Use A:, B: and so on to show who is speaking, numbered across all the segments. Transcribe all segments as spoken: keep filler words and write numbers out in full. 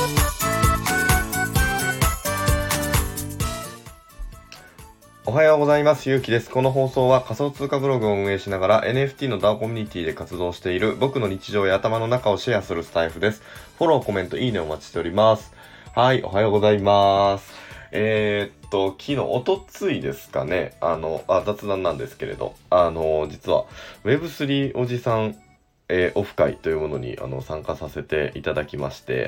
A: おはようございます。ゆうきです。この放送は仮想通貨ブログを運営しながら エヌエフティー の ダオ コミュニティで活動している僕の日常や頭の中をシェアするスタイフです。フォロー、コメント、いいねお待ちしております。はい、おはようございます。えー、っと、昨日、おとついですかね。あの、あ、雑談なんですけれど、あの、実は ウェブスリー おじさん、えーオフ会というものにあの参加させていただきまして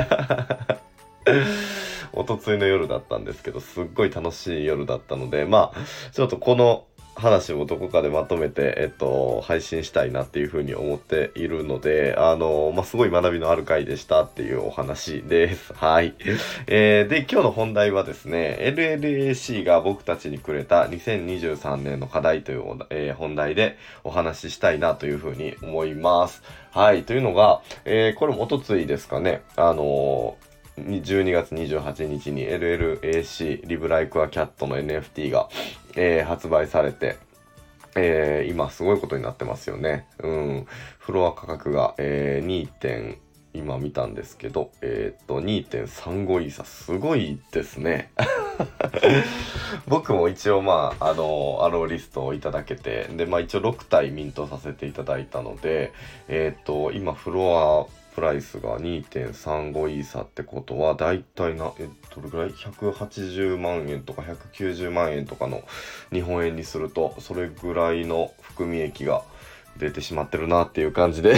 A: おとついの夜だったんですけど、すっごい楽しい夜だったので、まあちょっとこの話をどこかでまとめて、えっと、配信したいなっていうふうに思っているので、あの、まあ、すごい学びのある回でしたっていうお話です。はい。えー、で、今日の本題はですね、エルエルエーシー が僕たちにくれたにせんにじゅうさんねんの課題という、えー本題でお話ししたいなというふうに思います。はい。というのが、えーこれもおとついですかね、あのーじゅうにがつにじゅうはちにちに エルエルエーシー Live Like a Cat の エヌエフティー が、えー発売されて、えー今すごいことになってますよね。うん。フロア価格が、えー、に. 点今見たんですけど、えーっと、にてんさんごイーサ、すごいですね。僕も一応まあ、あの、アローリストをいただけて、で、まあ一応ろくたいミントさせていただいたので、えーっと、今フロア、プライスが にてんさんごイーサってことは、だいたいな、え、どれぐらい ?ひゃくはちじゅうまんえんとかひゃくきゅうじゅうまんえんとかの日本円にすると、それぐらいの含み益が出てしまってるなっていう感じで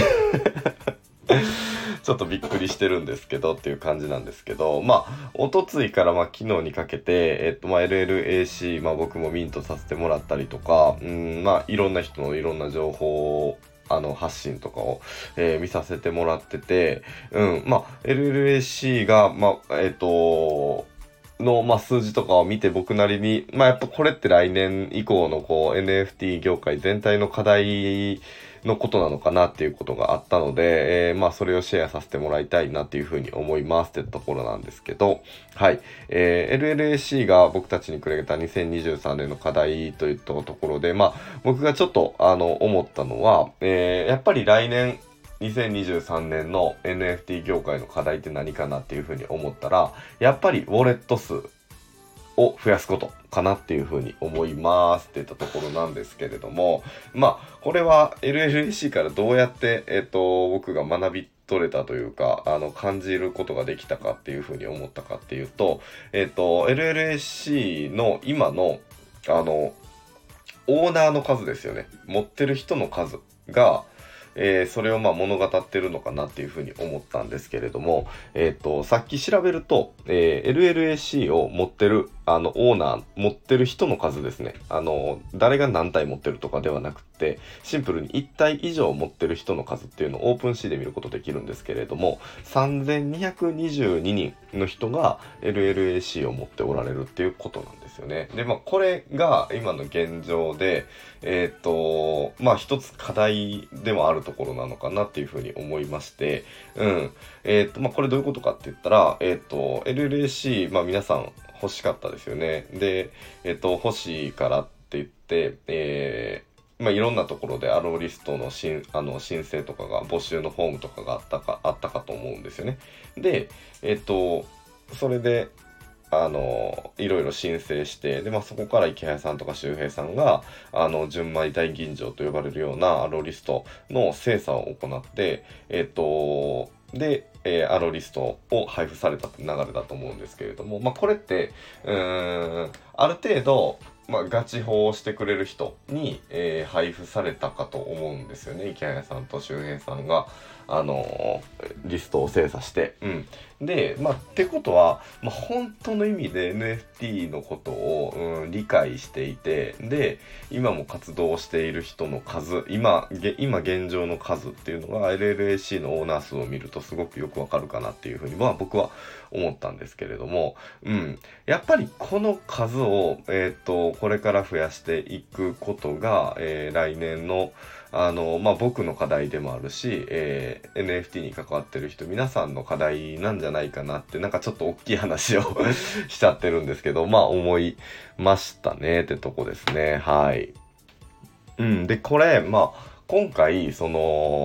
A: ちょっとびっくりしてるんですけどっていう感じなんですけど、まあ、おとついからまあ昨日にかけて、えっとまあ エルエルエーシー、まあ僕もミントさせてもらったりとか、うん、まあいろんな人のいろんな情報をあの発信とかを、えー見させてもらってて、うん、まあ エルエルエーシー が、まあ、えっと、の、まあ、数字とかを見て僕なりに、まあ、やっぱこれって来年以降のこう エヌエフティー 業界全体の課題のことなのかなっていうことがあったので、えーまあ、それをシェアさせてもらいたいなっていうふうに思いますってところなんですけど、はい。えー エルエルエーシー が僕たちにくれたにせんにじゅうさんねんの課題といったところで、まあ、僕がちょっと、あの、思ったのは、えーやっぱり来年、にせんにじゅうさんねんの エヌエフティー 業界の課題って何かなっていうふうに思ったら、やっぱりウォレット数を増やすことかなっていうふうに思いますっていったところなんですけれども、まあ、これは エルエルエーシー からどうやって、えっと、僕が学び取れたというか、あの、感じることができたかっていうふうに思ったかっていうと、えっと、エルエルエーシー の今の、あの、オーナーの数ですよね。持ってる人の数が、えーそれをまあ物語ってるのかなっていうふうに思ったんですけれども、えっと、さっき調べると、えー エルエルエーシー を持ってる、あの、オーナー、持ってる人の数ですね。あの、誰が何体持ってるとかではなくて、シンプルにいち体以上持ってる人の数っていうのをオープンシーで見ることできるんですけれども、さんぜんにひゃくにじゅうににんの人が エルエルエーシー を持っておられるっていうことなんですよね。で、まあ、これが今の現状で、えっと、まあ、一つ課題でもあるところなのかなっていうふうに思いまして、うん。えっと、まあ、これどういうことかって言ったら、えっと、エルエルエーシー、まあ、皆さん欲しかったですよね。で、えっと、欲しいからって言って、えー、まあ、いろんなところでアローリストの申あの申請とかが募集のフォームとかがあったかあったかと思うんですよね。で、えっとそれであのいろいろ申請してで、まあ、そこから池谷さんとか周平さんがあの純米大吟醸と呼ばれるようなアローリストの精査を行って、えっとで、えーアローリストを配布された流れだと思うんですけれども、まあ、これってうーんある程度まあ、ガチ法をしてくれる人に、えー配布されたかと思うんですよね。池谷さんと周平さんが、あのーリストを精査して。うん。で、まあ、ってことは、まあ、本当の意味で エヌエフティー のことを、うん、理解していて、で、今も活動している人の数、今、げ今現状の数っていうのが エルエルエーシー のオーナー数を見るとすごくよくわかるかなっていうふうに、まあ僕は思ったんですけれども、うん。やっぱりこの数を、えっと、これから増やしていくことが、えー来年の、あの、まあ、僕の課題でもあるし、えー エヌエフティー に関わってる人、皆さんの課題なんじゃないかなって、なんかちょっと大きい話をしちゃってるんですけど、まあ、思いましたねってとこですね。はい。うん。で、これ、まあ、今回、その、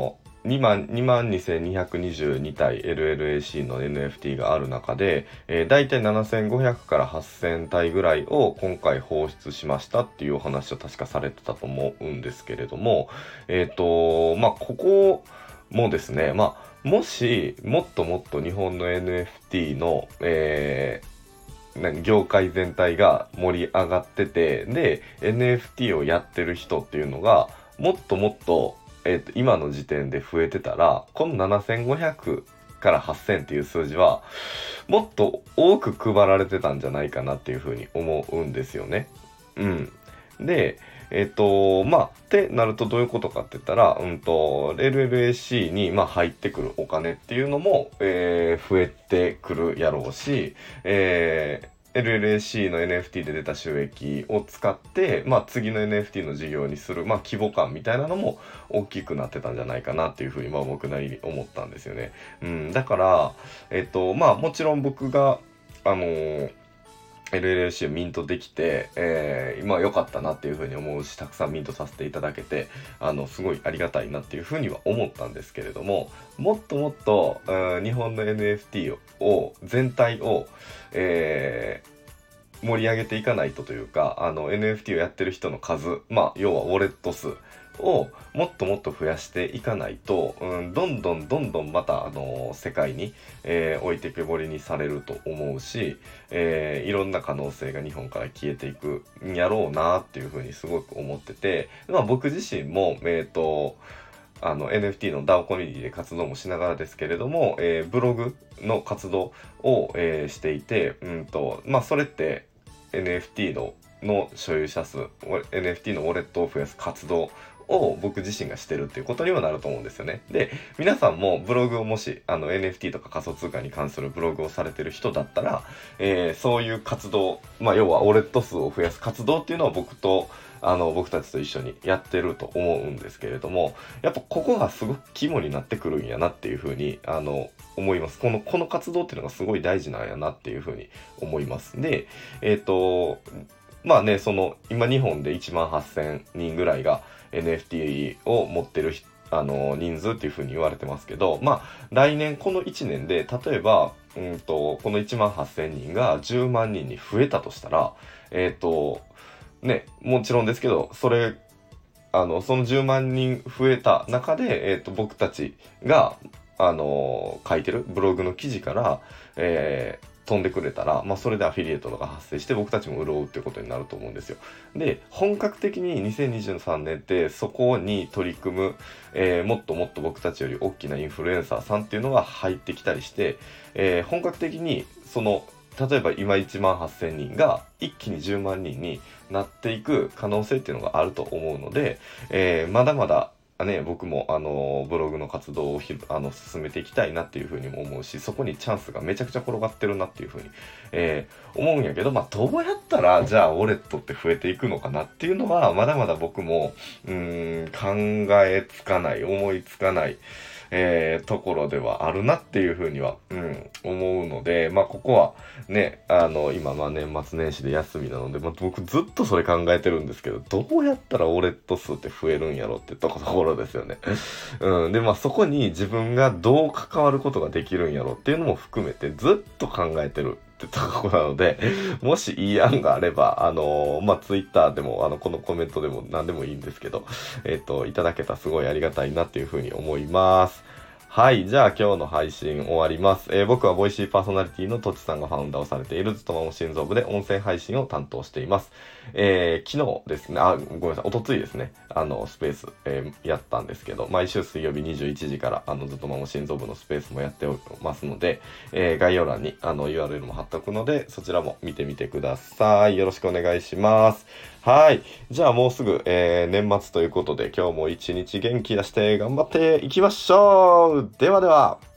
A: にまん、にまんにせんにひゃくにじゅうにたい エルエルエーシー の エヌエフティー がある中で、えー、だいたいななせんごひゃくからはっせんたいぐらいを今回放出しましたっていうお話を確かされてたと思うんですけれども、えっと、まあ、ここもですね、まあ、もし、もっともっと日本の エヌエフティー の、えー何業界全体が盛り上がってて、で、エヌエフティー をやってる人っていうのが、もっともっと、えっと、今の時点で増えてたら、このななせんごひゃくからはっせんっていう数字は、もっと多く配られてたんじゃないかなっていうふうに思うんですよね。うん。で、えっと、まあ、ってなるとどういうことかって言ったら、うんと、エルエルエーシー に、まあ、入ってくるお金っていうのも、えー増えてくるやろうし、えー エルエルエーシー の エヌエフティー で出た収益を使って、まあ、次の エヌエフティー の事業にする、まあ、規模感みたいなのも大きくなってたんじゃないかなっていうふうに、まあ、僕なりに思ったんですよね。うん、だから、えっと、まあ、もちろん僕が、あのー エルエルエーシー をミントできて、えー、今は良かったなっていうふうに思うし、たくさんミントさせていただけて、あの、すごいありがたいなっていうふうには思ったんですけれども、もっともっと、うん、日本の エヌエフティー を、全体を、えー盛り上げていかないとというか、あの エヌエフティー をやってる人の数、まあ要はウォレット数をもっともっと増やしていかないと、うん、どんどんどんどんまたあの世界に、えー置いてけぼりにされると思うし、えーいろんな可能性が日本から消えていくんやろうなっていうふうにすごく思ってて、まあ僕自身もえっとあの エヌエフティー の ダオ コミュニティで活動もしながらですけれども、えーブログの活動を、えーしていて、うんと、まあそれって エヌエフティー のの所有者数、エヌエフティー のウォレットを増やす活動を僕自身がしてるっていうことにもなると思うんですよね。で、皆さんもブログをもしあの エヌエフティー とか仮想通貨に関するブログをされてる人だったら、えーそういう活動、まあ要はウォレット数を増やす活動っていうのは僕とあの僕たちと一緒にやってると思うんですけれども、やっぱここがすごく肝になってくるんやなっていうふうにあの思います。このこの活動っていうのがすごい大事なんやなっていうふうに思います。で、えっとまあね、その今日本でいちまんはっせんにんぐらいが エヌエフティー を持ってる人あの人数っていうふうに言われてますけど、まあ来年このいちねんで例えばうんとこのいちまんはっせんにんがじゅうまんにんに増えたとしたら、えっとね、もちろんですけど、それ、あの、そのじゅうまんにん増えた中で、えっと、僕たちが、あのー書いてるブログの記事から、えー飛んでくれたら、まあ、それでアフィリエイトが発生して僕たちも潤うっていうことになると思うんですよ。で、本格的ににせんにじゅうさんねんってそこに取り組む、えーもっともっと僕たちより大きなインフルエンサーさんっていうのが入ってきたりして、えー本格的にその例えば今いちまんはっせんにんが一気にじゅうまんにんになっていく可能性っていうのがあると思うので、えーまだまだね、僕もあのブログの活動をひあの進めていきたいなっていうふうにも思うし、そこにチャンスがめちゃくちゃ転がってるなっていうふうに、えー思うんやけど、まあどうやったらじゃあウォレットって増えていくのかなっていうのはまだまだ僕もうーん考えつかない、思いつかない、えーところではあるなっていうふうには、うん、思うので、まあここはね、あの今まあ年末年始で休みなので、まあ、僕ずっとそれ考えてるんですけど、どうやったらウォレット数って増えるんやろってところですよね。うん、でまあそこに自分がどう関わることができるんやろっていうのも含めてずっと考えてるってところなので、もしいい案があれば、あのーまあ、ツイッターでも、あの、このコメントでも何でもいいんですけど、えっと、いただけたらすごいありがたいなっていうふうに思います。はい。じゃあ今日の配信終わります。えー僕はボイシーパーソナリティのとちさんがファウンダーをされているずっとも心臓部で音声配信を担当しています。えー昨日ですね、あ、ごめんなさい、おとついですね、あの、スペース、えーやったんですけど、毎週水曜日にじゅういちじから、あの、ずっとも心臓部のスペースもやっておりますので、えー概要欄に、あの、ユーアールエル も貼っておくので、そちらも見てみてください。よろしくお願いします。はい。じゃあもうすぐ、えー年末ということで、今日も一日元気出して頑張っていきましょう。ではでは。